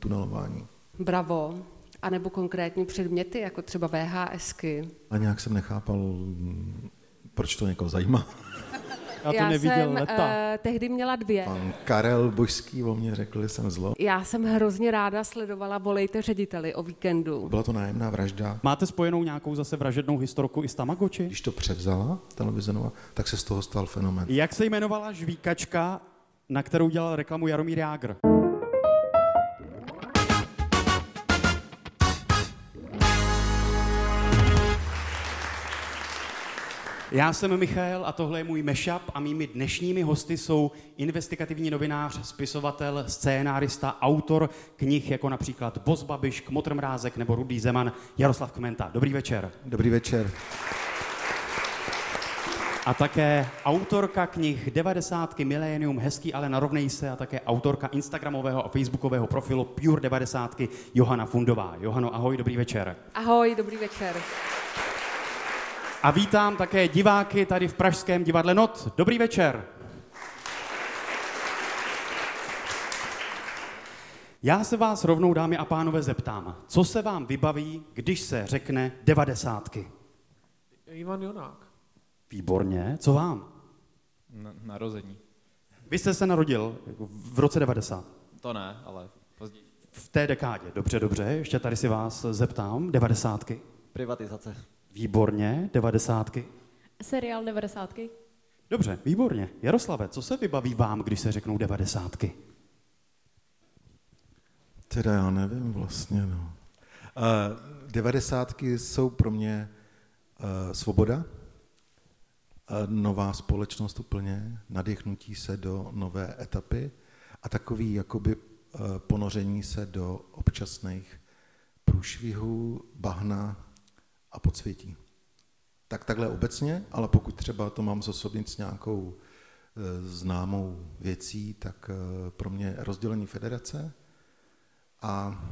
tunelování. Bravo. A nebo konkrétní předměty, jako třeba VHSky. A nějak jsem nechápal, proč to někoho zajímá. Já to neviděl leta. Tehdy měla 2. Pan Karel Božský o mě řekl, že jsem zlo. Já jsem hrozně ráda sledovala Volejte řediteli o víkendu. Byla to nájemná vražda. Máte spojenou nějakou zase vražednou historku i s Tamagotchi? Když to převzala televize Nova, tak se z toho stal fenomén. Jak se jmenovala žvíkačka, na kterou dělal reklamu Jaromír Jágr? Já jsem Michael a tohle je můj mashup a mými dnešními hosty jsou investigativní novinář, spisovatel, scénárista, autor knih jako například Boss Babiš, Kmotr Mrázek nebo Rudý Zeman, Jaroslav Kmenta. Dobrý večer. Dobrý večer. A také autorka knih 90. Milénium, Hezký, ale narovnej se a také autorka instagramového a facebookového profilu Pure 90. Johana Fundová. Johano, ahoj, dobrý večer. Ahoj, dobrý večer. A vítám také diváky tady v pražském divadle Not. Dobrý večer. Já se vás rovnou, dámy a pánové, zeptám, co se vám vybaví, když se řekne 90. Ivan Jonák. Výborně, co vám? Narození. Vy jste se narodil v roce 90. To ne, ale později. V té dekádě, dobře, ještě tady si vás zeptám, 90. Privatizace. Výborně, 90. Seriál 90. Dobře, výborně. Jaroslave, co se vybaví vám, když se řeknou 90? Teda já nevím vlastně, no. 90 jsou pro mě svoboda, nová společnost úplně, nadechnutí se do nové etapy a takový jakoby ponoření se do občasných průšvihů, bahna a podsvětí. Tak takhle obecně, ale pokud třeba to mám zosobnit s nějakou známou věcí, tak pro mě rozdělení federace a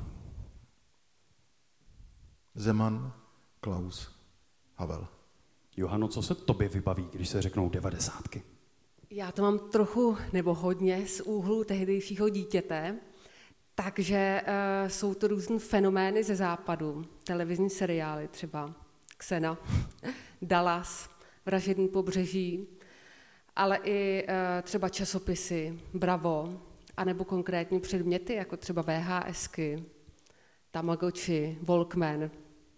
Zeman, Klaus, Havel. Johano, co se tobě vybaví, když se řeknou 90? Já to mám trochu, nebo hodně z úhlu tehdejšího dítěte, takže jsou to různé fenomény ze západu, televizní seriály třeba, Xena, Dallas, Vražedný pobřeží, ale i třeba časopisy, Bravo, anebo konkrétní předměty, jako třeba VHSky, Tamagotchi, Walkman.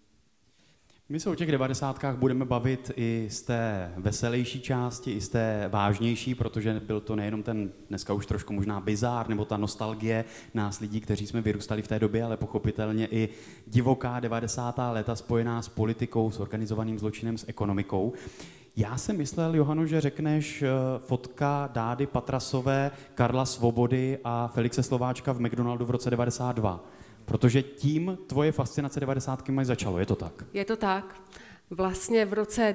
My se o těch 90. budeme bavit i z té veselější části, i z té vážnější, protože byl to nejenom ten dneska už trošku možná bizár, nebo ta nostalgie nás lidí, kteří jsme vyrůstali v té době, ale pochopitelně i divoká 90. léta spojená s politikou, s organizovaným zločinem, s ekonomikou. Já jsem myslel, Johano, že řekneš fotka Dády Patrasové, Karla Svobody a Felixe Slováčka v McDonaldu v roce 92. Protože tím tvoje fascinace 90. mají začalo, je to tak? Je to tak. Vlastně v roce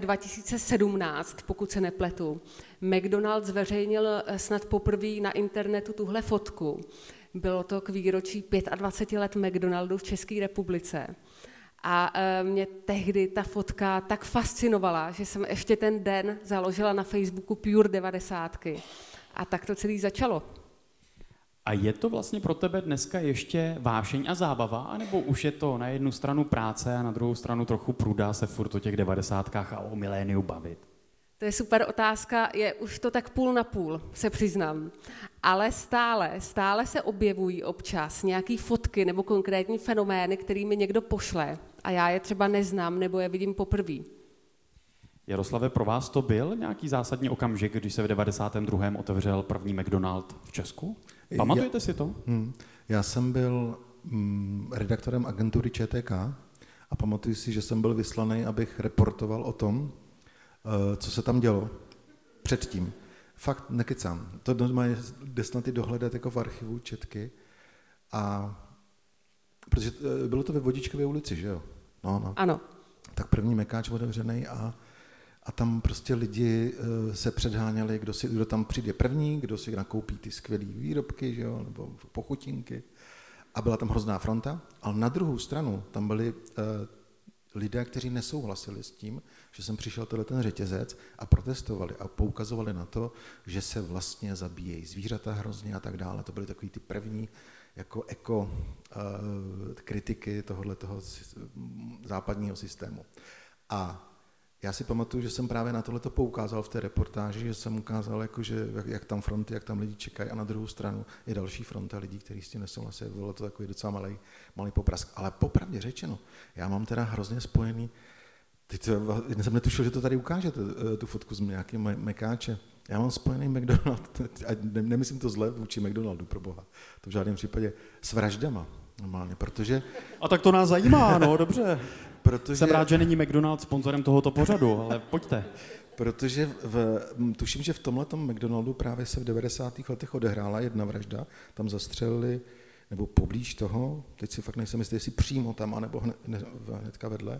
2017, pokud se nepletu, McDonald's zveřejnil snad poprvé na internetu tuhle fotku. Bylo to k výročí 25 let McDonaldu v České republice. A mě tehdy ta fotka tak fascinovala, že jsem ještě ten den založila na Facebooku Pure 90. A tak to celé začalo. A je to vlastně pro tebe dneska ještě vášeň a zábava, anebo už je to na jednu stranu práce a na druhou stranu trochu prudá se furt o těch 90. a o miléniu bavit? To je super otázka, je už to tak půl na půl, se přiznám. Ale stále se objevují občas nějaký fotky nebo konkrétní fenomény, který mi někdo pošle a já je třeba neznám nebo je vidím poprvé. Jaroslave, pro vás to byl nějaký zásadní okamžik, když se v 92. otevřel první McDonald v Česku? Pamatujete si to? Já jsem byl redaktorem agentury ČTK a pamatuju si, že jsem byl vyslaný, abych reportoval o tom, co se tam dělo předtím. Fakt nekecám. To jde snad i dohledat jako v archivu Četky. A protože bylo to ve Vodičkově ulici, že jo? No. Ano. Tak první mekáč otevřený a tam prostě lidi se předháněli, kdo tam přijde první, kdo si nakoupí ty skvělé výrobky, že jo, nebo pochutinky. A byla tam hrozná fronta, ale na druhou stranu tam byli lidé, kteří nesouhlasili s tím, že jsem přišel ten řetězec a protestovali a poukazovali na to, že se vlastně zabíjejí zvířata hrozně a tak dále. To byly takový ty první jako kritiky tohoto západního systému. A já si pamatuju, že jsem právě na tohleto poukázal v té reportáži, že jsem ukázal, jako, že jak tam fronty, jak tam lidi čekají a na druhou stranu je další fronta lidí, kteří s tím nesouhlasí. Bylo to takový docela malý poprask. Ale popravdě řečeno, já mám teda hrozně spojený, teď jsem netušil, že to tady ukážete, tu fotku z nějakého mekáče. Já mám spojený McDonald, a nemyslím to zle vůči McDonaldu, pro boha, to v žádném případě s vraždama normálně, protože... A tak to nás zajímá, no dobře. Protože... Jsem rád, že není McDonald sponzorem tohoto pořadu, ale pojďte. Protože tuším, že v tomhletom McDonaldu právě se v 90. letech odehrála jedna vražda, tam zastřelili, nebo poblíž toho, teď si fakt nejsem jistý, jestli přímo tam, anebo hnedka vedle,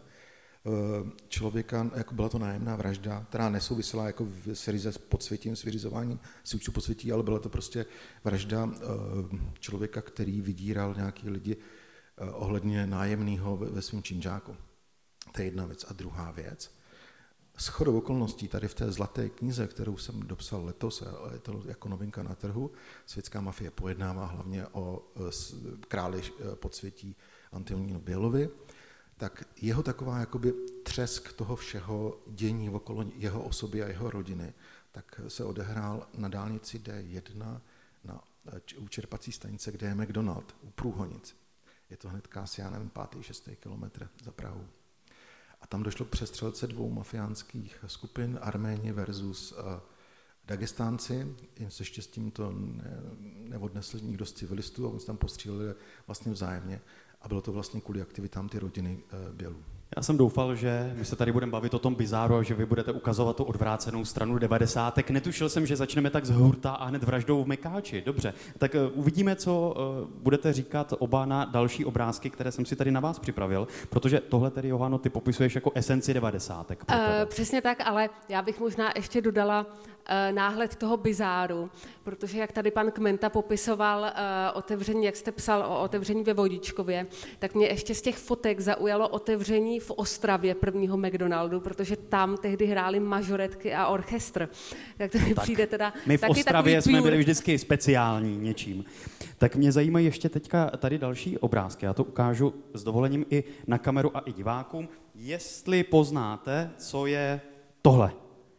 člověka, jako byla to nájemná vražda, která nesouvisela jako s podsvětím, s vyřizováním si účtu podsvětí, ale byla to prostě vražda člověka, který vydíral nějaký lidi ohledně nájemného ve svém činžáku. To je jedna věc. A druhá věc, shodou okolností tady v té zlaté knize, kterou jsem dopsal letos, a je to jako novinka na trhu, Světská mafie pojednává hlavně o králi podsvětí Antonínu Bělovi, tak jeho taková jakoby třesk toho všeho dění okolo jeho osoby a jeho rodiny, tak se odehrál na dálnici D1 u čerpací stanice, kde je McDonald, u Průhonic. Je to hnedka asi, já nevím, 5. 6. kilometr za Prahou. A tam došlo k přestřelce dvou mafiánských skupin, Arméni versus Dagestánci. Jim se štěstím to neodnesl nikdo z civilistů a oni se tam postříleli vlastně vzájemně. A bylo to vlastně kvůli aktivitám ty rodiny Bělů. Já jsem doufal, že my se tady budeme bavit o tom bizáru a že vy budete ukazovat tu odvrácenou stranu 90. Netušil jsem, že začneme tak z hurta a hned vraždou v Mekáči. Dobře, tak uvidíme, co budete říkat oba na další obrázky, které jsem si tady na vás připravil, protože tohle tedy, Johano, ty popisuješ jako esenci 90. Přesně tak, ale já bych možná ještě dodala náhled toho bizáru, protože jak tady pan Kmenta popisoval otevření, jak jste psal o otevření ve Vodičkově, tak mě ještě z těch fotek zaujalo otevření v Ostravě prvního McDonaldu, protože tam tehdy hráli mažoretky a orchestr. Tak to mi přijde teda my v taky Ostravě takový jsme byli vždycky speciální něčím. Tak mě zajímají ještě teďka tady další obrázky. Já to ukážu s dovolením i na kameru a i divákům. Jestli poznáte, co je tohle.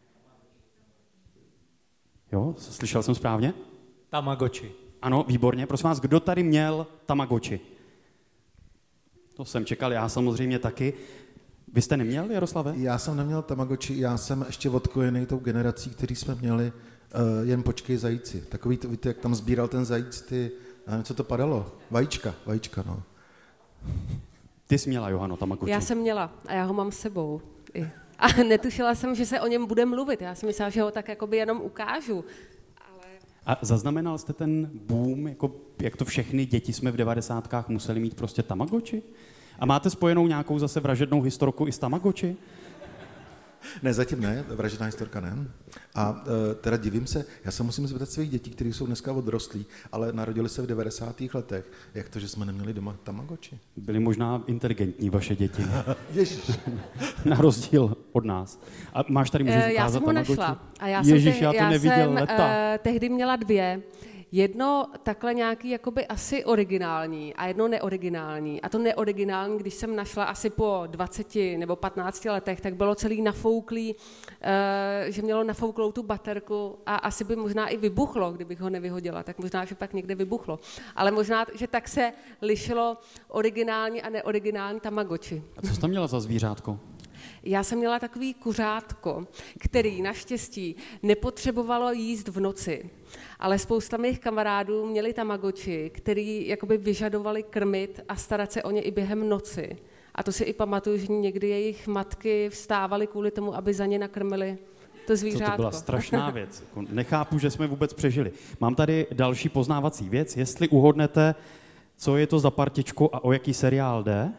Jo, slyšel jsem správně? Tamagotchi. Ano, výborně. Prosím vás, kdo tady měl Tamagotchi? To jsem čekal, já samozřejmě taky. Vy jste neměl, Jaroslave? Já jsem neměl Tamagotchi, já jsem ještě odkojený tou generací, který jsme měli jen počkej zajíci. Takový to, víte, jak tam sbíral ten zajíc, nevím, co to padalo? Vajíčka, no. Ty jsi měla, Johano, Tamagotchi. Já jsem měla a já ho mám s sebou. A netušila jsem, že se o něm bude mluvit. Já jsem myslela, že ho tak jakoby jenom ukážu. A zaznamenal jste ten boom, jako, jak to všechny děti jsme v 90kách museli mít prostě Tamagotchi? A máte spojenou nějakou zase vražednou historku i s Tamagotchi? Ne, zatím ne, vražedná historka ne. A teda divím se, já se musím zeptat svých dětí, kteří jsou dneska odrostlí, ale narodili se v 90. letech. Jak to, že jsme neměli doma Tamagotchi? Byli možná inteligentní vaše děti. Ježiš. Na rozdíl od nás. A máš tady, můžeš ukázat Já jsem ho Tamagotchi? našla. A já jsem tehdy měla dvě. Jedno takhle nějaký jakoby asi originální a jedno neoriginální. A to neoriginální, když jsem našla asi po 20 nebo 15 letech, tak bylo celý nafouklý, že mělo nafouklou tu baterku a asi by možná i vybuchlo, kdybych ho nevyhodila, tak možná, že pak někde vybuchlo. Ale možná, že tak se lišilo originální a neoriginální Tamagotchi. A co jsi tam měla za zvířátko? Já jsem měla takový kuřátko, který naštěstí nepotřebovalo jíst v noci, ale spousta mých kamarádů měli Tamagotchi, který jakoby vyžadovali krmit a starat se o ně i během noci. A to si i pamatuju, že někdy jejich matky vstávaly kvůli tomu, aby za ně nakrmili to zvířátko. To byla strašná věc. Nechápu, že jsme vůbec přežili. Mám tady další poznávací věc. Jestli uhodnete, co je to za partičku a o jaký seriál jde?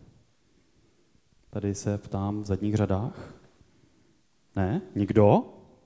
Tady se ptám v zadních řadách. Ne? Nikdo?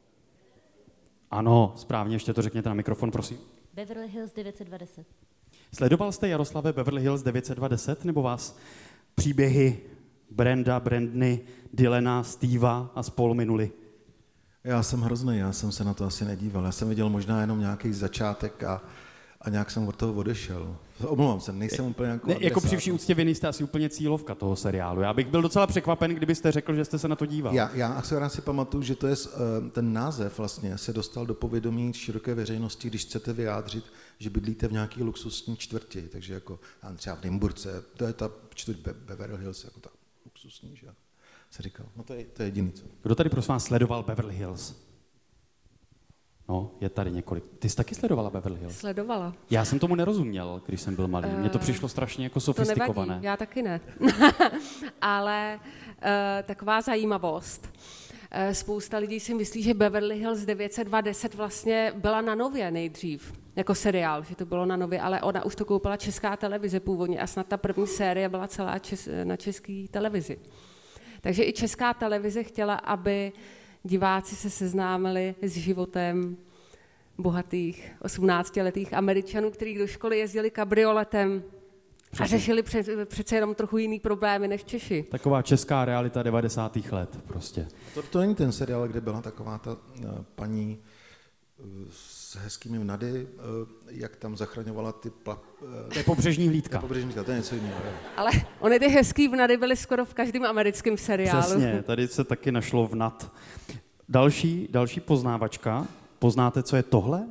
Ano, správně, ještě to řekněte na mikrofon, prosím. Beverly Hills 920. Sledoval jste, Jaroslave, Beverly Hills 920, nebo vás příběhy Brenda, Brandny, Dylana, Steva a spol minuli? Já jsem hrozný, já jsem se na to asi nedíval. Já jsem viděl možná jenom nějaký začátek a nějak jsem od toho odešel. Omlouvám se, nejsem úplně jako Jako při vší úctě vy nejste asi úplně cílovka toho seriálu. Já bych byl docela překvapen, kdybyste řekl, že jste se na to díval. Já si pamatuju, že to je, ten název vlastně se dostal do povědomí široké veřejnosti, když chcete vyjádřit, že bydlíte v nějaký luxusní čtvrti, takže jako třeba v Nymburce, to je ta čtvrť Beverly Hills, jako ta luxusní, že se říkal. No to je jediný, co. Kdo tady prosím vás sledoval Beverly Hills? No, je tady několik. Ty jsi taky sledovala Beverly Hills? Sledovala. Já jsem tomu nerozuměl, když jsem byl malý. Mně to přišlo strašně jako sofistikované. To nevadí, já taky ne. Ale taková zajímavost. Spousta lidí si myslí, že Beverly Hills 90210 vlastně byla na Nově nejdřív, jako seriál, že to bylo na Nově, ale ona už to koupila Česká televize původně a snad ta první série byla celá na České televizi. Takže i Česká televize chtěla, aby diváci se seznámili s životem bohatých 18letých Američanů, kteří do školy jezdili kabrioletem a řešili přece jenom trochu jiný problémy než Češi. Taková česká realita 90. let prostě. To není ten seriál, kde byla taková ta paní s hezkými vnady, jak tam zachraňovala ty To je pobřežní hlídka. Pobřežní hlídka, to je něco jiného. Ale ony ty hezký vnady byly skoro v každém americkém seriálu. Přesně, tady se taky našlo vnad. Další poznávačka. Poznáte, co je tohle?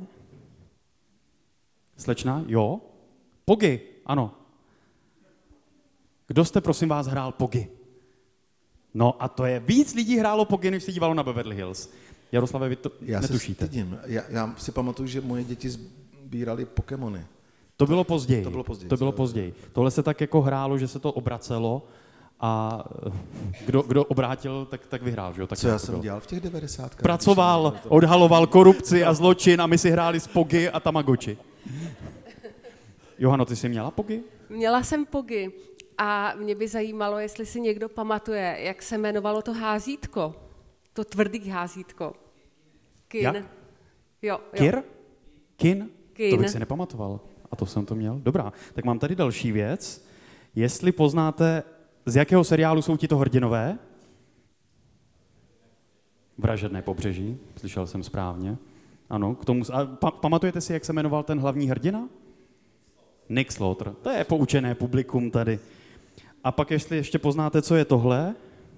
Slečna? Jo? Pogy, ano. Kdo jste, prosím vás, hrál Pogy? No a to je víc lidí hrálo Pogy, než se dívalo na Beverly Hills. Jaroslave, vy to netušíte. Já se stydím. Já si pamatuju, že moje děti sbírali Pokémony. To bylo později. To bylo později. Tohle se tak jako hrálo, že se to obracelo a kdo obrátil, tak vyhrál. Že jo? Tak co já jsem dělal v těch 90. Pracoval, odhaloval korupci a zločin a my si hráli s Pogy a Tamagotchi. Johano, ty jsi měla Pogy? Měla jsem Pogy a mě by zajímalo, jestli si někdo pamatuje, jak se jmenovalo to házítko. To tvrdý házítko. Kin. Jak? Jo. Kir? Kin? Kin. To bych si nepamatoval. A to jsem to měl. Dobrá, tak mám tady další věc. Jestli poznáte, z jakého seriálu jsou tito hrdinové? Vražedné pobřeží, slyšel jsem správně. Ano, k tomu. A pamatujete si, jak se jmenoval ten hlavní hrdina? Nick Slaughter. To je poučené publikum tady. A pak ještě poznáte, co je tohle?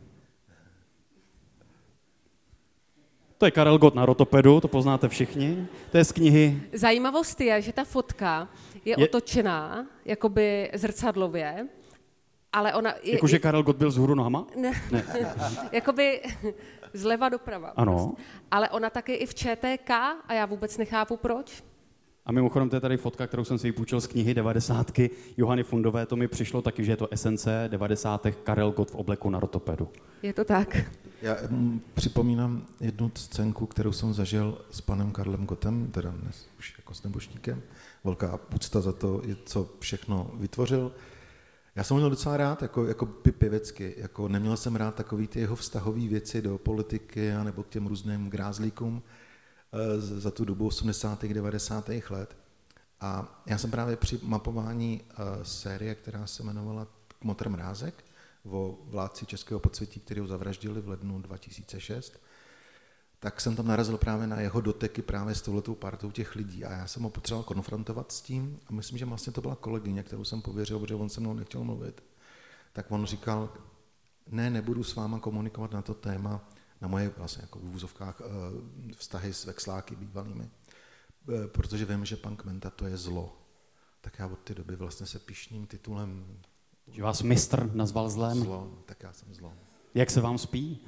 To je Karel Gott na rotopedu, to poznáte všichni. To je z knihy. Zajímavost je, že ta fotka je otočená, jakoby zrcadlově, ale ona... Jakože Karel Gott byl vzhůru nohama? Ne. Jakoby zleva doprava. Ano. Prostě. Ale ona taky i v ČTK a já vůbec nechápu proč. A mimochodem to je tady fotka, kterou jsem si vypůjčil z knihy 90. Johany Fundové, to mi přišlo taky, že je to esence 90. Karel Gott v obleku na rotopedu. Je to tak. Já připomínám jednu scénku, kterou jsem zažil s panem Karlem Gottem, teda dnes už jako s nebožníkem. Velká úcta za to, co všechno vytvořil. Já jsem ho měl docela rád, jako pěvecky. Jako neměl jsem rád takový ty jeho vztahové věci do politiky nebo k těm různým grázlíkům za tu dobu 80. 90. let. A já jsem právě při mapování série, která se jmenovala Kmotr mrázek, o vládci Českého podsvětí, který ho zavraždili v lednu 2006, tak jsem tam narazil právě na jeho doteky právě s touhletou partou těch lidí. A já jsem ho potřeboval konfrontovat s tím a myslím, že vlastně to byla kolegyně, kterou jsem pověřil, protože on se mnou nechtěl mluvit. Tak on říkal, nebudu s váma komunikovat na to téma, na moje vlastně jako v úvozovkách vztahy s vexláky bývalými, protože vím, že pan Kmenta to je zlo. Tak já od té doby vlastně se pyšným titulem... Že vás mistr nazval zlem? Zlo, tak já jsem zlo. Jak se vám spí?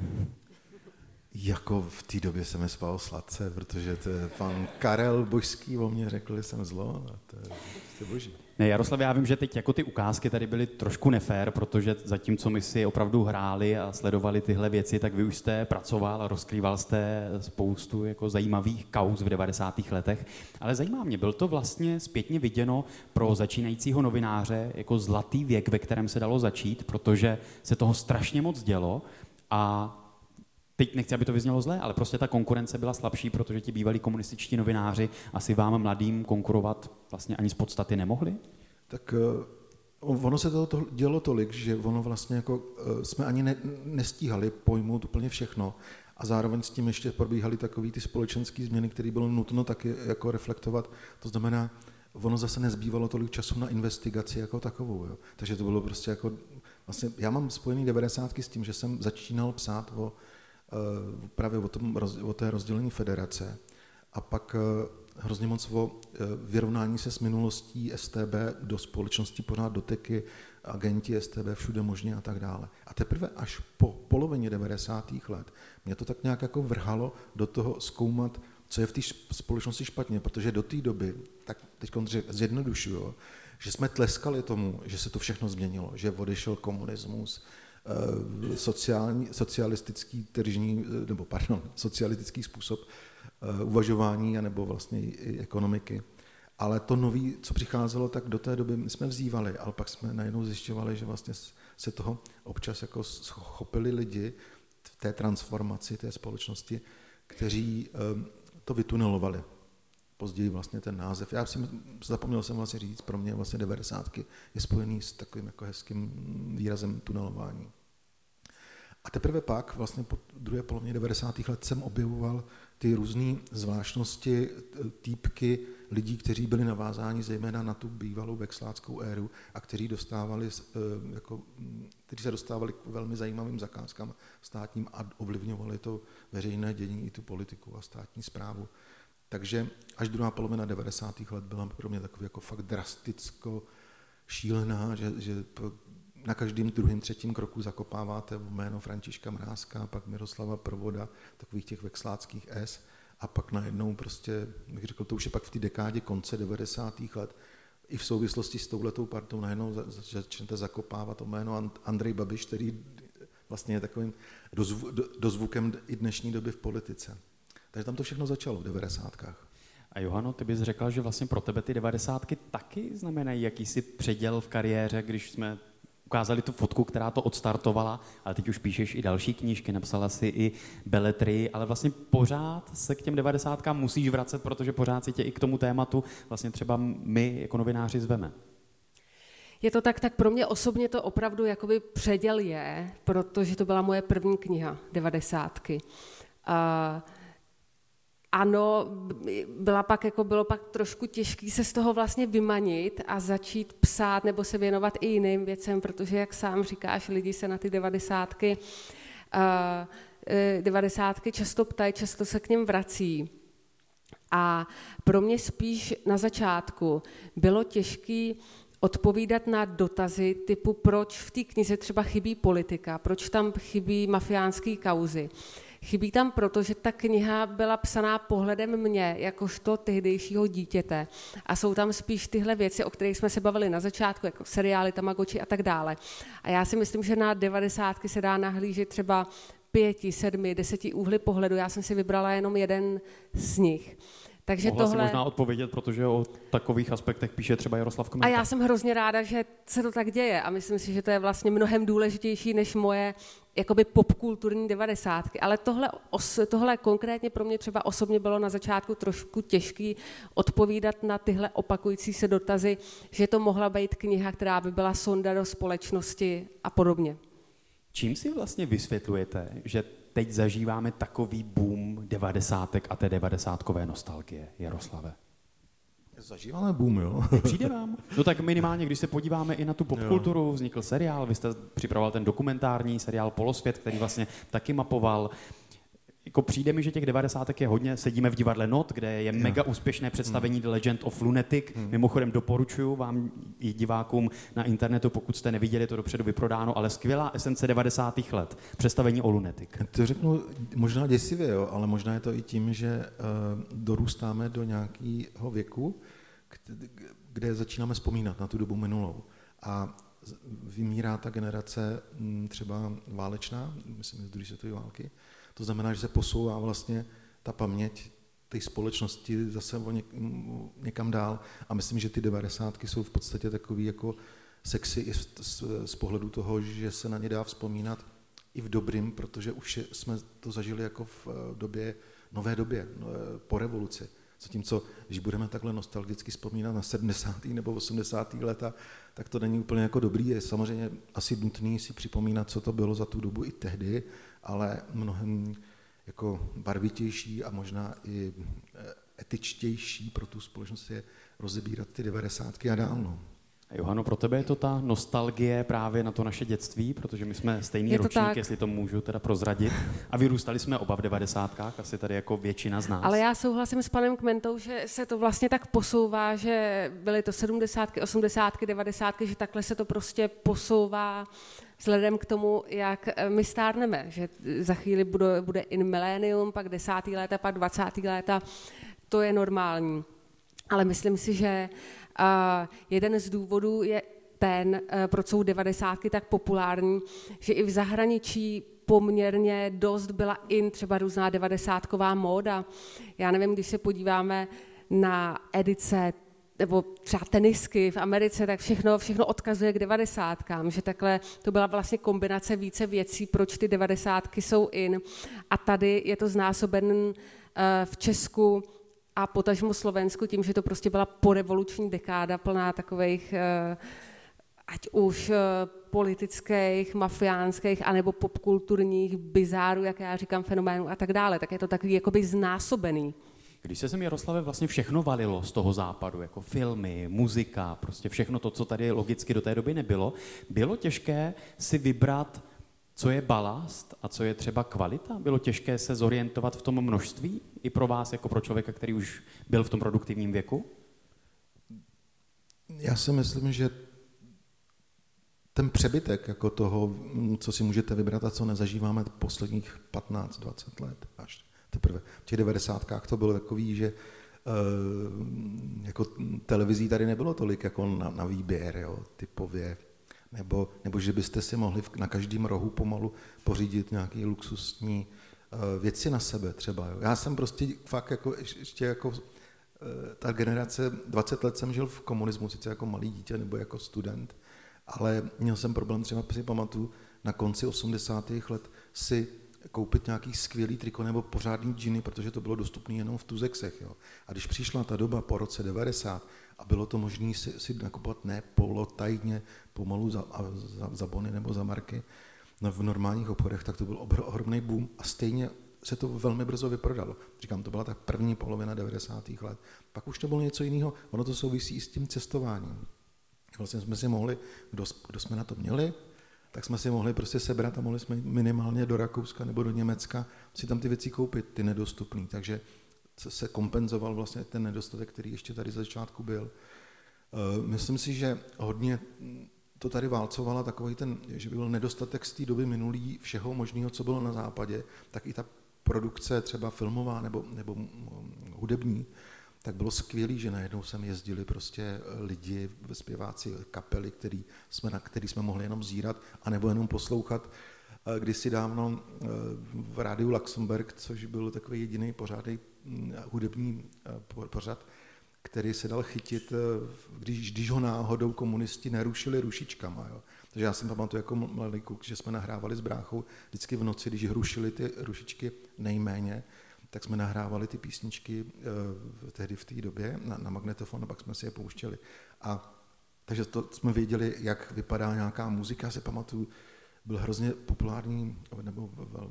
Jako v té době se mi spalo sladce, protože pan Karel Božský o mě řekl, že jsem zlo, a to je boží. Ne, Jaroslav, já vím, že teď jako ty ukázky tady byly trošku nefér, protože zatímco my si opravdu hráli a sledovali tyhle věci, tak vy už jste pracoval a rozkrýval jste spoustu jako zajímavých kauz v 90. letech. Ale zajímá mě, byl to vlastně zpětně viděno pro začínajícího novináře jako zlatý věk, ve kterém se dalo začít, protože se toho strašně moc dělo a teď nechci, aby to vyznělo zlé, ale prostě ta konkurence byla slabší, protože ti bývalí komunističtí novináři asi vám mladým konkurovat vlastně ani z podstaty nemohli? Tak ono se toho dělo tolik, že ono vlastně jako jsme ani nestíhali pojmout úplně všechno a zároveň s tím ještě probíhaly takové ty společenské změny, které bylo nutno taky jako reflektovat. To znamená, ono zase nezbývalo tolik času na investigaci jako takovou. Jo. Takže to bylo prostě jako, vlastně já mám spojený 90 s tím, že jsem začínal psát právě o té rozdělení federace a pak hrozně moc o vyrovnání se s minulostí StB do společnosti, pořád doteky, agenti StB všude možně a tak dále. A teprve až po polovině 90. let mě to tak nějak jako vrhalo do toho zkoumat, co je v té společnosti špatně, protože do té doby, tak teď zjednodušuju, že jsme tleskali tomu, že se to všechno změnilo, že odešel komunismus, socialistický způsob uvažování anebo vlastně i ekonomiky. Ale to nový, co přicházelo, tak do té doby my jsme vzývali, ale pak jsme najednou zjišťovali, že vlastně se toho občas jako chopili lidi v té transformaci té společnosti, kteří to vytunelovali. Později vlastně ten název. Já zapomněl jsem vlastně říct, pro mě vlastně 90 je spojený s takovým jako hezkým výrazem tunelování. A teprve pak, vlastně po druhé polovině 90. let, jsem objevoval ty různé zvláštnosti, týpky lidí, kteří byli navázáni zejména na tu bývalou veksláckou éru a kteří se dostávali k velmi zajímavým zakázkám státním a ovlivňovali to veřejné dění i tu politiku a státní správu. Takže až druhá polovina 90. let byla pro mě takový jako fakt drasticko šílená, že na každém druhém, třetím kroku zakopáváte jméno Františka Mrázka, pak Miroslava Provoda, takových těch veksláckých S, a pak najednou prostě, bych řekl, to už je pak v té dekádě konce 90. let, i v souvislosti s touhletou partou najednou začnete zakopávat to jméno Andrej Babiš, který vlastně je takovým dozvukem i dnešní doby v politice. Takže tam to všechno začalo v 90. A Johano, ty bys řekl, že vlastně pro tebe ty 90 taky znamenají jakýsi předěl v kariéře, když jsme ukázali tu fotku, která to odstartovala, ale teď už píšeš i další knížky, napsala si i beletrii, ale vlastně pořád se k těm 90 musíš vracet, protože pořád si tě i k tomu tématu vlastně třeba my jako novináři zveme. Je to tak pro mě osobně to opravdu jakoby předěl je, protože to byla moje první kniha, 90. Ano, bylo pak trošku těžké se z toho vlastně vymanit a začít psát nebo se věnovat i jiným věcem, protože, jak sám říkáš, lidi se na ty 90 často ptají, často se k něm vrací. A pro mě spíš na začátku bylo těžké odpovídat na dotazy typu, proč v té knize třeba chybí politika, proč tam chybí mafiánský kauzy. Chybí tam proto, že ta kniha byla psaná pohledem mě, jakožto tehdejšího dítěte. A jsou tam spíš tyhle věci, o kterých jsme se bavili na začátku, jako seriály, Tamagotchi a tak dále. A já si myslím, že na 90 se dá nahlížet třeba 5, 7, 10 úhly pohledu. Já jsem si vybrala jenom jeden z nich. Takže mohla si možná odpovědět, protože o takových aspektech píše třeba Jaroslav Kometa. A já jsem hrozně ráda, že se to tak děje a myslím si, že to je vlastně mnohem důležitější než moje jakoby popkulturní 90. Ale tohle konkrétně pro mě třeba osobně bylo na začátku trošku těžký odpovídat na tyhle opakující se dotazy, že to mohla být kniha, která by byla sonda do společnosti a podobně. Čím si vlastně vysvětlujete, že teď zažíváme takový boom 90 a té 90kové nostalgie, Jaroslave? Zažíváme boom, jo? Přijde vám? No tak minimálně, když se podíváme i na tu popkulturu, vznikl seriál, vy jste připravoval ten dokumentární seriál Polosvět, který vlastně taky mapoval. Jako přijde mi, že těch 90 je hodně, sedíme v divadle Not, kde je mega úspěšné představení The Legend of Lunatic. Mimochodem doporučuji vám i divákům na internetu, pokud jste neviděli, to dopředu vyprodáno, ale skvělá esence 90. let. Představení o Lunatic. To řeknu možná děsivě, jo, ale možná je to i tím, že dorůstáme do nějakého věku, kde začínáme vzpomínat na tu dobu minulou. A vymírá ta generace třeba válečná, myslím, z druhé světové války. To znamená, že se posouvá vlastně ta paměť té společnosti zase někam dál. A myslím, že ty 90 jsou v podstatě takový jako sexy i z pohledu toho, že se na ně dá vzpomínat i v dobrým, protože už jsme to zažili jako v nové době, po revoluci. Zatímco, když budeme takhle nostalgicky vzpomínat na 70. nebo 80. leta, tak to není úplně jako dobrý. Je samozřejmě asi nutný si připomínat, co to bylo za tu dobu i tehdy, ale mnohem jako barvitější a možná i etičtější pro tu společnost je rozebírat ty 90. a dál. No. A Johano, pro tebe je to ta nostalgie právě na to naše dětství, protože my jsme stejný ročník, tak. jestli to můžu teda prozradit. A vyrůstali jsme oba v 90. asi tady jako většina z nás. Ale já souhlasím s panem Kmentou, že se to vlastně tak posouvá, že byly to 70, 80, 90, že takhle se to prostě posouvá vzhledem k tomu, jak my stárneme, že za chvíli bude in millennium, pak 10. léta, pak 20. léta, to je normální. Ale myslím si, že jeden z důvodů je ten, proč jsou 90. tak populární, že i v zahraničí poměrně dost byla třeba různá 90ková móda. Já nevím, když se podíváme na edice nebo třeba tenisky v Americe, tak všechno odkazuje k 90kám, že takhle to byla vlastně kombinace více věcí, proč ty 90ky jsou in. A tady je to znásoben v Česku a potažmo Slovensku tím, že to prostě byla porevoluční dekáda plná takových ať už politických, mafiánských, anebo popkulturních bizárů, jak já říkám, fenoménů a tak dále. Tak je to takový jakoby znásobený. Když se sem, Jaroslave, vlastně všechno valilo z toho západu, jako filmy, muzika, prostě všechno to, co tady logicky do té doby nebylo, bylo těžké si vybrat, co je balast a co je třeba kvalita? Bylo těžké se zorientovat v tom množství? I pro vás, jako pro člověka, který už byl v tom produktivním věku? Já si myslím, že ten přebytek jako toho, co si můžete vybrat a co nezažíváme posledních 15-20 let až teprve. V těch 90kách to bylo takový, že jako televizí tady nebylo tolik jako na výběr, jo, typově. Nebo že byste si mohli na každém rohu pomalu pořídit nějaké luxusní věci na sebe třeba. Jo. Já jsem prostě fakt jako ještě jako ta generace, 20 let jsem žil v komunismu, sice jako malý dítě nebo jako student, ale měl jsem problém, třeba si pamatuju, na konci 80. let si koupit nějaký skvělý triko nebo pořádný džiny, protože to bylo dostupné jenom v tuzexech. Jo. A když přišla ta doba po roce 90 a bylo to možné si nakupovat ne polotajně, pomalu za bony nebo za marky v normálních obchodech, tak to byl ohromný boom a stejně se to velmi brzo vyprodalo. Říkám, to byla ta první polovina 90. let. Pak už to bylo něco jiného, ono to souvisí i s tím cestováním. Vlastně jsme si mohli, kdo jsme na to měli, tak jsme si mohli prostě sebrat a mohli jsme minimálně do Rakouska nebo do Německa si tam ty věci koupit, ty nedostupné. Takže se kompenzoval vlastně ten nedostatek, který ještě tady za začátku byl. Myslím si, že hodně to tady válcovala takový ten, že byl nedostatek z té doby minulý všeho možného, co bylo na západě, tak i ta produkce třeba filmová nebo hudební, tak bylo skvělý, že najednou sem jezdili prostě lidi, zpěváci, kapely, který jsme mohli jenom zírat, anebo jenom poslouchat. Kdysi dávno v rádiu Luxemburg, což byl takový jediný pořádný hudební pořad, který se dal chytit, když ho náhodou komunisti nerušili rušičkama. Jo. Takže já jsem pamatuju jako mladý kluk, že jsme nahrávali s bráchou vždycky v noci, když rušili ty rušičky nejméně, tak jsme nahrávali ty písničky tehdy v té době na magnetofon a pak jsme si je pouštěli. Takže to jsme věděli, jak vypadá nějaká muzika. Já si pamatuju, byl hrozně populární, nebo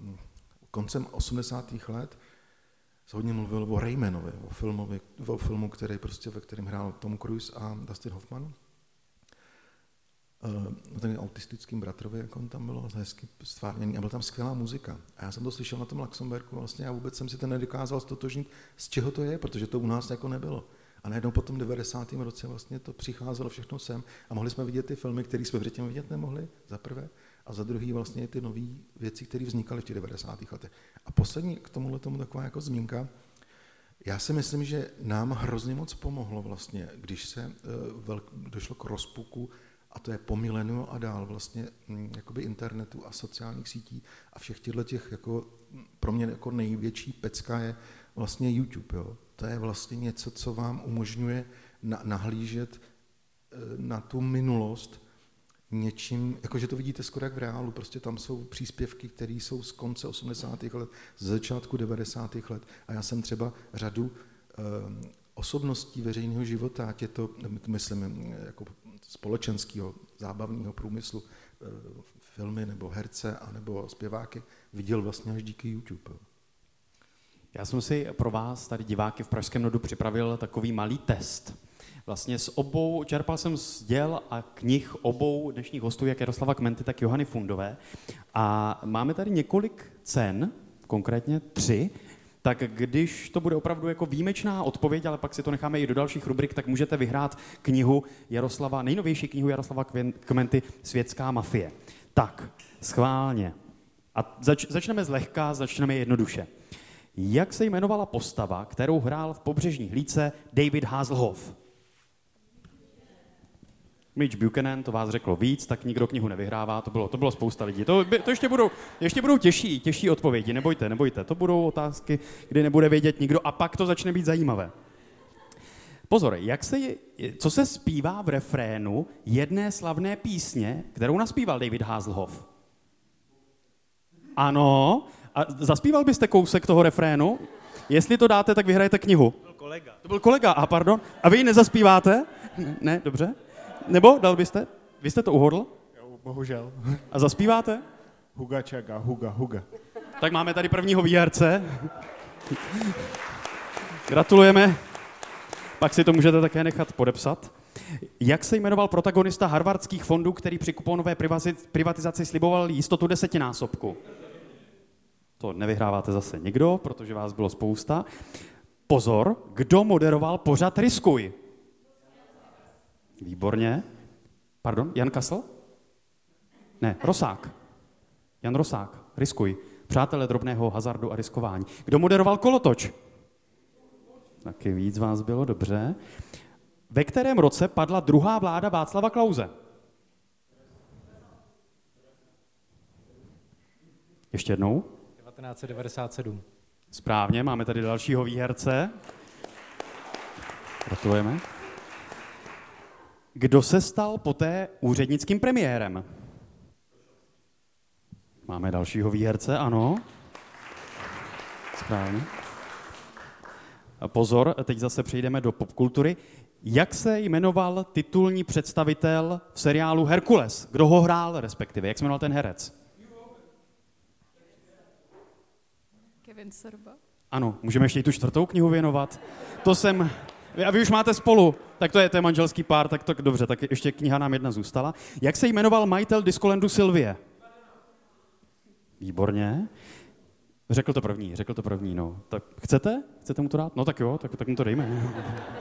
koncem 80. let se hodně mluvil o Raymanovi, o filmu, který prostě, ve kterém hrál Tom Cruise a Dustin Hoffman. Ten autistickým bratrovi, jak on tam byl hezky stvárněný a byla tam skvělá muzika. A já jsem to slyšel na tom Luxemburgu vlastně a vůbec jsem si to nedokázal ztotožnit, z čeho to je, protože to u nás jako nebylo. A najednou po tom 90. roce vlastně to přicházelo všechno sem a mohli jsme vidět ty filmy, které jsme předtím vidět nemohli, za prvé, a za druhý vlastně ty nové věci, které vznikaly v těch 90. letech. A poslední k tomuhle tomu taková jako zmínka. Já si myslím, že nám hrozně moc pomohlo vlastně, když se došlo k rozpuku, a to je po mileniu a dál vlastně jakoby internetu a sociálních sítí a všech těch jako pro mě jako největší pecka je vlastně YouTube. Jo. To je vlastně něco, co vám umožňuje nahlížet na tu minulost něčím, jakože to vidíte skoro jak v reálu, prostě tam jsou příspěvky, které jsou z konce 80. let, z začátku 90. let a já jsem třeba řadu osobností veřejného života, ať je to, myslím, jako společenského, zábavného průmyslu, filmy nebo herce, anebo zpěváky, viděl vlastně až díky YouTube. Já jsem si pro vás, tady diváky v Pražském Nodu, připravil takový malý test. Vlastně čerpal jsem z děl a knih obou dnešních hostů, jak Jaroslava Kmenty, tak Johany Fundové. A máme tady několik cen, konkrétně 3, tak když to bude opravdu jako výjimečná odpověď, ale pak si to necháme i do dalších rubrik, tak můžete vyhrát nejnovější knihu Jaroslava Kmenty Světská mafie. Tak, schválně. A začneme zlehka, začneme jednoduše. Jak se jmenovala postava, kterou hrál v Pobřežní hlídce David Hasselhoff? Mitch Buchanan, to vás řeklo víc, tak nikdo knihu nevyhrává, to bylo spousta lidí. To ještě budou těžší odpovědi, nebojte. To budou otázky, kdy nebude vědět nikdo a pak to začne být zajímavé. Pozor, co se zpívá v refrénu jedné slavné písně, kterou naspíval David Hasselhoff? Ano, a zaspíval byste kousek toho refrénu? Jestli to dáte, tak vyhrajete knihu. To byl kolega, a pardon. A vy ji nezaspíváte? Ne, dobře. Nebo dal byste? Vy jste to uhodl? Jo, bohužel. A zaspíváte? Huga čaga, huga. Tak máme tady prvního výherce. Gratulujeme. Pak si to můžete také nechat podepsat. Jak se jmenoval protagonista harvardských fondů, který při kuponové privatizaci sliboval jistotu 10násobku? To nevyhráváte zase nikdo, protože vás bylo spousta. Pozor, kdo moderoval pořad Riskuj? Výborně. Pardon, Jan Kasl? Ne, Rosák. Jan Rosák, Riskuj. Přátelé drobného hazardu a riskování. Kdo moderoval Kolotoč? Taky víc vás bylo, dobře. Ve kterém roce padla druhá vláda Václava Klause? Ještě jednou. 1997. Správně, máme tady dalšího výherce. Gratulujeme. Kdo se stal poté úřednickým premiérem? Máme dalšího výherce, ano. Správně. A pozor, teď zase přejdeme do popkultury. Jak se jmenoval titulní představitel v seriálu Herkules? Kdo ho hrál, respektive? Jak se jmenoval ten herec? Kevin Sorba. Ano, můžeme ještě i tu 4. knihu věnovat. A vy už máte spolu, tak to je manželský pár, tak to dobře, tak ještě kniha nám jedna zůstala. Jak se jmenoval majitel Discolandu Sylvie? Výborně. Řekl to první, no. Tak chcete? Chcete mu to dát? No tak jo, tak mu to dejme.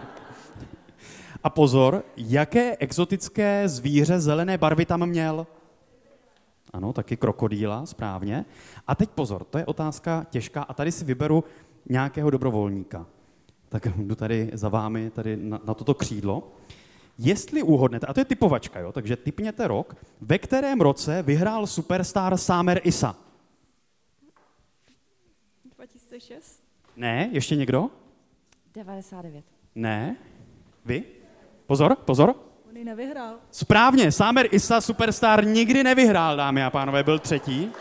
A pozor, jaké exotické zvíře zelené barvy tam měl? Ano, taky krokodýla, správně. A teď pozor, to je otázka těžká a tady si vyberu nějakého dobrovolníka. Tak jdu tady za vámi, tady na toto křídlo. Jestli uhodnete, a to je typovačka, jo, takže tipněte rok, ve kterém roce vyhrál superstar Samer Issa? 2006. Ne, ještě někdo? 99. Ne. Vy? Pozor. On ji nevyhrál. Správně, Samer Issa, superstar, nikdy nevyhrál, dámy a pánové, byl 3.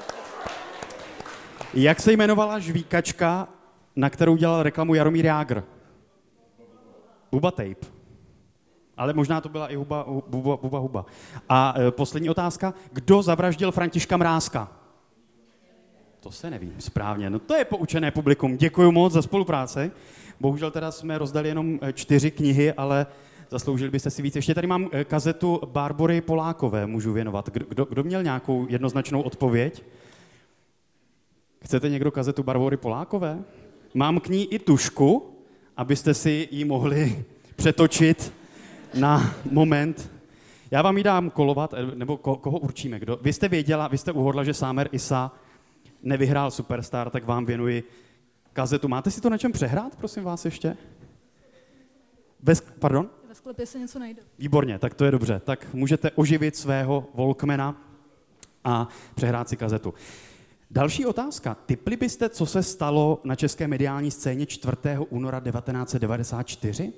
Jak se jmenovala žvíkačka, na kterou dělal reklamu Jaromír Jágr? Buba Tape. Ale možná to byla i Huba. A poslední otázka. Kdo zavraždil Františka Mrázka? To se neví, správně. No to je poučené publikum. Děkuji moc za spolupráci. Bohužel teda jsme rozdali jenom 4 knihy, ale zasloužili byste si víc. Ještě tady mám kazetu Barbory Polákové, můžu věnovat. Kdo měl nějakou jednoznačnou odpověď? Chcete někdo kazetu Barbory Polákové? Mám k ní i tušku, abyste si ji mohli přetočit na moment. Já vám ji dám kolovat, nebo koho určíme? Kdo? Vy jste věděla, vy jste uhodla, že Samer Issa nevyhrál superstar, tak vám věnuji kazetu. Máte si to na čem přehrát, prosím vás ještě? Pardon? Ve sklepě se něco najde. Výborně, tak to je dobře. Tak můžete oživit svého Walkmana a přehrát si kazetu. Další otázka. Tipli byste, co se stalo na české mediální scéně 4. února 1994?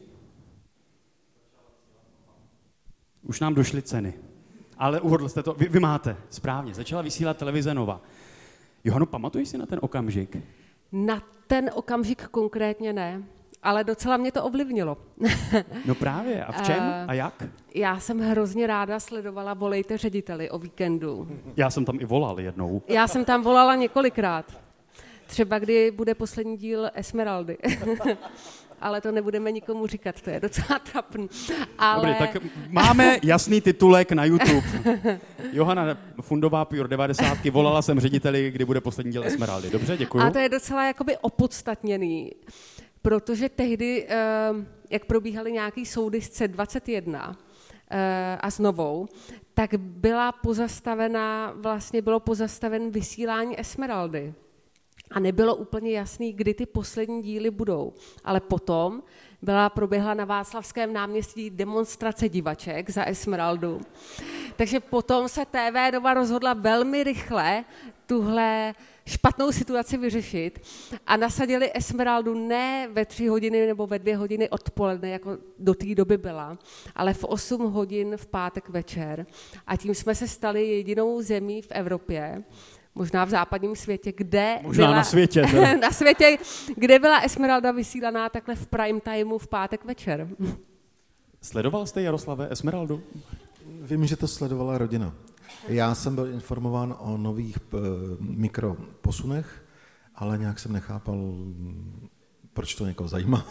Už nám došly ceny. Ale uhodl jste to. Vy máte, správně. Začala vysílat televize Nova. Johano, pamatuješ si na ten okamžik? Na ten okamžik konkrétně ne, ale docela mě to ovlivnilo. No právě. A v čem? A jak? Já jsem hrozně ráda sledovala Volejte řediteli o víkendu. Já jsem tam i volal jednou. Já jsem tam volala několikrát. Třeba kdy bude poslední díl Esmeraldy. Ale to nebudeme nikomu říkat, to je docela trapný. Ale... Dobrý, tak máme jasný titulek na YouTube. Johana Fundová, Pure 90, volala jsem řediteli, kdy bude poslední díl Esmeraldy. Dobře, děkuju. A to je docela jakoby opodstatněný, protože tehdy, jak probíhaly nějaký soudy z C21 a s Novou, tak bylo pozastaven vysílání Esmeraldy. A nebylo úplně jasný, kdy ty poslední díly budou. Ale potom proběhla na Václavském náměstí demonstrace divaček za Esmeraldu. Takže potom se TV Nova rozhodla velmi rychle tuhle špatnou situaci vyřešit a nasadili Esmeraldu ne ve 3 hodiny nebo ve 2 hodiny odpoledne, jako do té doby byla, ale v 8 hodin v pátek večer. A tím jsme se stali jedinou zemí v Evropě, možná v západním světě, na světě, kde byla Esmeralda vysílaná takhle v prime timeu v pátek večer. Sledoval jste, Jaroslave, Esmeraldu? Vím, že to sledovala rodina. Já jsem byl informován o nových mikroposunech, ale nějak jsem nechápal, proč to někoho zajímá.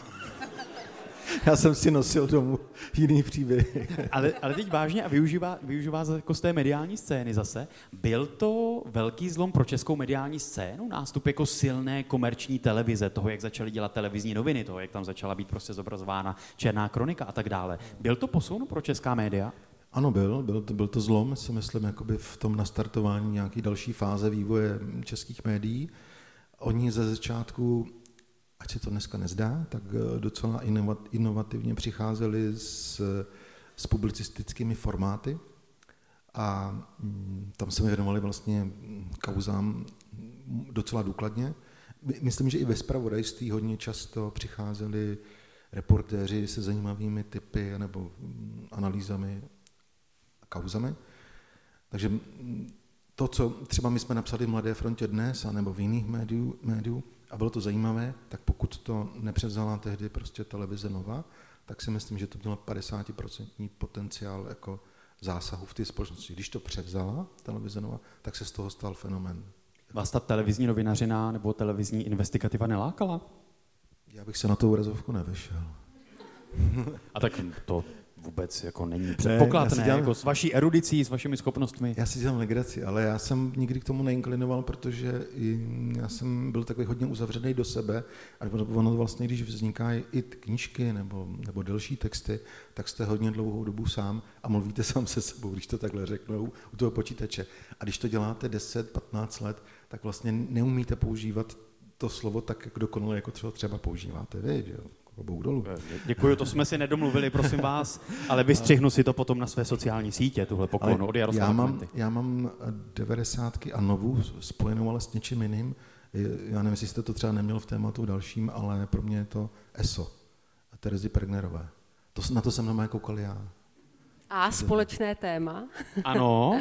Já jsem si nosil domů jiný příběh. Ale teď vážně a využívá jako z té mediální scény zase. Byl to velký zlom pro českou mediální scénu? Nástup jako silné komerční televize, toho, jak začaly dělat televizní noviny, toho, jak tam začala být prostě zobrazována černá kronika a tak dále. Byl to posun pro česká média? Ano, byl to zlom, si myslím, jakoby v tom nastartování nějaký další fáze vývoje českých médií. Oni ze začátku, ať se to dneska nezdá, tak docela inovativně přicházeli s publicistickými formáty a tam se mi věnovali vlastně kauzám docela důkladně. Myslím, že i ve zpravodajství hodně často přicházeli reportéři se zajímavými typy nebo analýzami a kauzami. Takže to, co třeba my jsme napsali v Mladé frontě dnes, nebo v jiných médiů, a bylo to zajímavé, tak pokud to nepřevzala tehdy prostě televize Nova, tak si myslím, že to mělo 50% potenciál jako zásahu v té společnosti. Když to převzala televize Nova, tak se z toho stal fenomén. Vás ta televizní novinařina nebo televizní investigativa nelákala? Já bych se na tu úrazovku nevešel. A tak to vůbec jako není předpoklad, ne? Jako s vaší erudicí, s vašimi schopnostmi. Já si dělám legraci, ale já jsem nikdy k tomu neinklinoval, protože já jsem byl takový hodně uzavřený do sebe a ono vlastně, když vznikají i knížky nebo delší texty, tak jste hodně dlouhou dobu sám a mluvíte sám se sebou, když to takhle řeknu, u toho počítače. A když to děláte 10-15 let, tak vlastně neumíte používat to slovo tak jako dokonale, jako třeba používáte vy, že jo? Dolů. Děkuji, to jsme si nedomluvili, prosím vás, ale vystřihnu si to potom na své sociální sítě, tuhle poklonu od Jaroslava. Já mám 90 a Novu spojenou ale s něčím jiným. Já nevím, jestli jste to třeba neměl v tématu dalším, ale pro mě je to ESO, Terezy Pergnerové. Na to jsem normálně koukal já. A společné téma. Ano.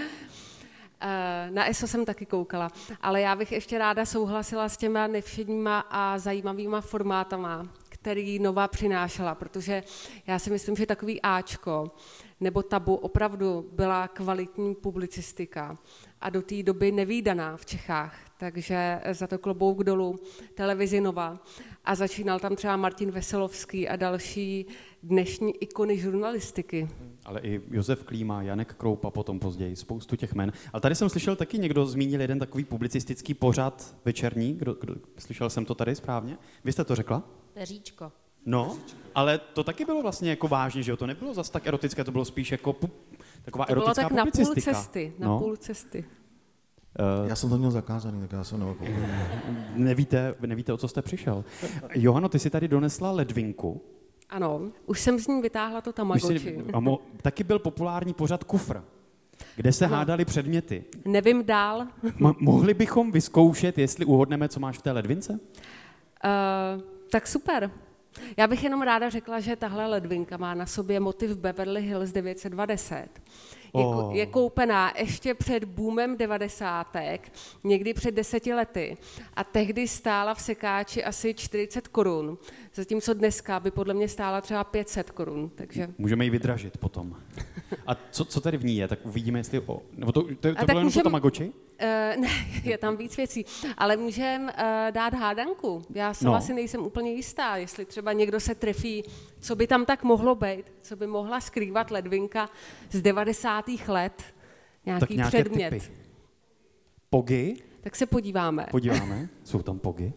Na ESO jsem taky koukala, ale já bych ještě ráda souhlasila s těma nevšedníma a zajímavýma formátama, který Nova přinášela, protože já si myslím, že takový Ačko nebo Tabu opravdu byla kvalitní publicistika a do té doby nevídaná v Čechách, takže za to klobouk dolů televizi Nova a začínal tam třeba Martin Veselovský a další dnešní ikony žurnalistiky. Ale i Josef Klíma, Janek Kroupa potom později, spoustu těch men. Ale tady jsem slyšel taky, někdo zmínil jeden takový publicistický pořad večerní, slyšel jsem to tady správně? Vy jste to řekla? Peříčko. No, ale to taky bylo vlastně jako vážně, že jo? To nebylo zas tak erotické, to bylo spíš jako taková to erotická bylo tak publicistika. Na půl cesty. Já jsem to měl zakázaný, tak já jsem neokoukal. Nevíte, o co jste přišel. Johano, ty si tady donesla ledvinku. Ano, už jsem z ní vytáhla to Tamagotchi. Taky byl populární pořad Kufr, kde se hádali předměty. Nevím dál. Mohli bychom vyzkoušet, jestli uhodneme, co máš v té ledvince? Tak super. Já bych jenom ráda řekla, že tahle ledvinka má na sobě motiv Beverly Hills 920. Je koupená ještě před boomem 90. někdy před 10 lety. A tehdy stála v sekáči asi 40 korun, zatímco dneska by podle mě stála třeba 500 korun. Takže... Můžeme ji vydražit potom. A co tady v ní je? Tak uvidíme, jestli... Nebo to bylo jenom to Tamagotchi? Ne, je tam víc věcí, ale můžeme dát hádanku. Já sama si nejsem úplně jistá, jestli třeba někdo se trefí, co by tam tak mohlo být, co by mohla skrývat ledvinka z 90. let, nějaký předmět. Typy. Pogy? Tak se podíváme. Jsou tam pogy?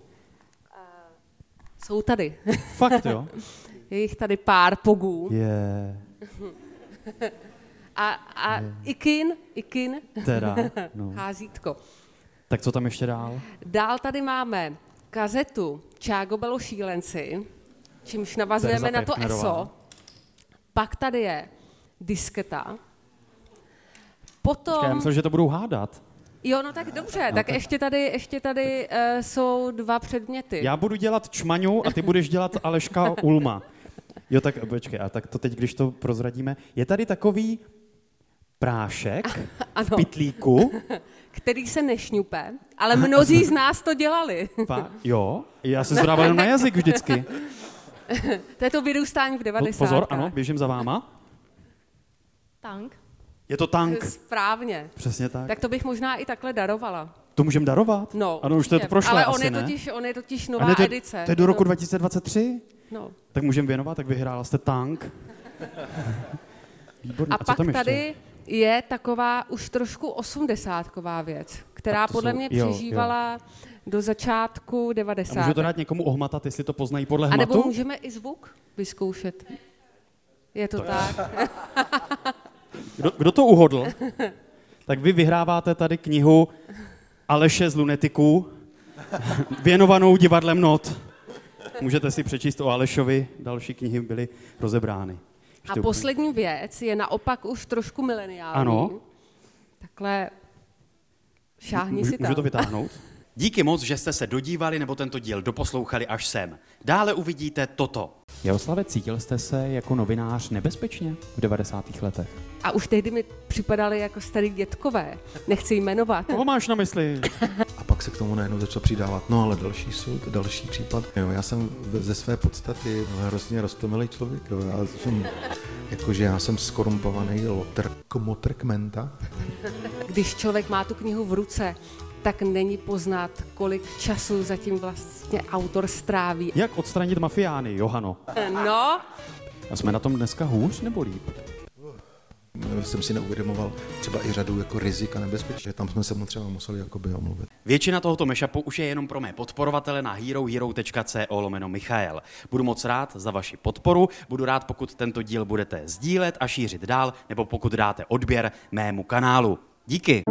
Jsou tady. Fakt, jo? Je jich tady pár pogů. Je. A ikin. Teda, no. Házítko. Tak co tam ještě dál? Dál tady máme kazetu Čágo Belo šílenci, čímž navazujeme na to ESO. Pak tady je disketa. Potom... Počkej, já myslím, že to budou hádat. Jo, no tak dobře, tak ještě tady jsou 2 předměty. Já budu dělat čmaňu a ty budeš dělat Aleška Ulma. Jo, tak počkej, a tak to teď, když to prozradíme. Je tady takový prášek v pytlíku. Který se nešňupe, ale mnozí z nás to dělali. Jo, já se zdával jenom na jazyk vždycky. To je to vyrůstání v 90. Pozor, ano, běžím za váma. Tank. Je to tank. Správně. Přesně tak. Tak to bych možná i takhle darovala. To můžeme darovat? No, ano, už to prošlo ale asi, on je totiž nová edice. To je do roku 2023? No. Tak můžeme věnovat, tak vyhrála jste tank. Výborný. A pak tady je taková už trošku 80ková věc, která podle mě přežívala do začátku 90. A můžu to dát někomu ohmatat, jestli to poznají podle hmatu? A nebo můžeme i zvuk vyzkoušet. Je to tak. Kdo to uhodl? Tak vy vyhráváte tady knihu Aleše z Lunetiků, věnovanou divadlem Not. Můžete si přečíst o Alešovi, další knihy byly rozebrány. A poslední věc je naopak už trošku mileniální. Ano. Takhle šáhni si tam. Můžu to vytáhnout? Díky moc, že jste se dodívali nebo tento díl doposlouchali až sem. Dále uvidíte toto. Jaroslave, cítil jste se jako novinář nebezpečně v 90. letech? A už tehdy mi připadali jako starý dětkové. Nechci jmenovat. Koho máš na mysli? A pak se k tomu najednou začal přidávat, no ale další soud, další případ. Jo, já jsem ze své podstaty hrozně roztomilý člověk. Jo. Já jsem skorumpovaný motrkmenta. Když člověk má tu knihu v ruce, tak není poznat, kolik času zatím vlastně autor stráví. Jak odstranit mafiány, Johano? No. A jsme na tom dneska hůř nebo líp? Jsem si neuvědomoval třeba i řadu jako rizik a nebezpečí, že tam jsme se mu třeba museli jakoby omluvit. Většina tohoto mashupu už je jenom pro mé podporovatele na herohero.co/Michael. Budu moc rád za vaši podporu, budu rád, pokud tento díl budete sdílet a šířit dál, nebo pokud dáte odběr mému kanálu. Díky.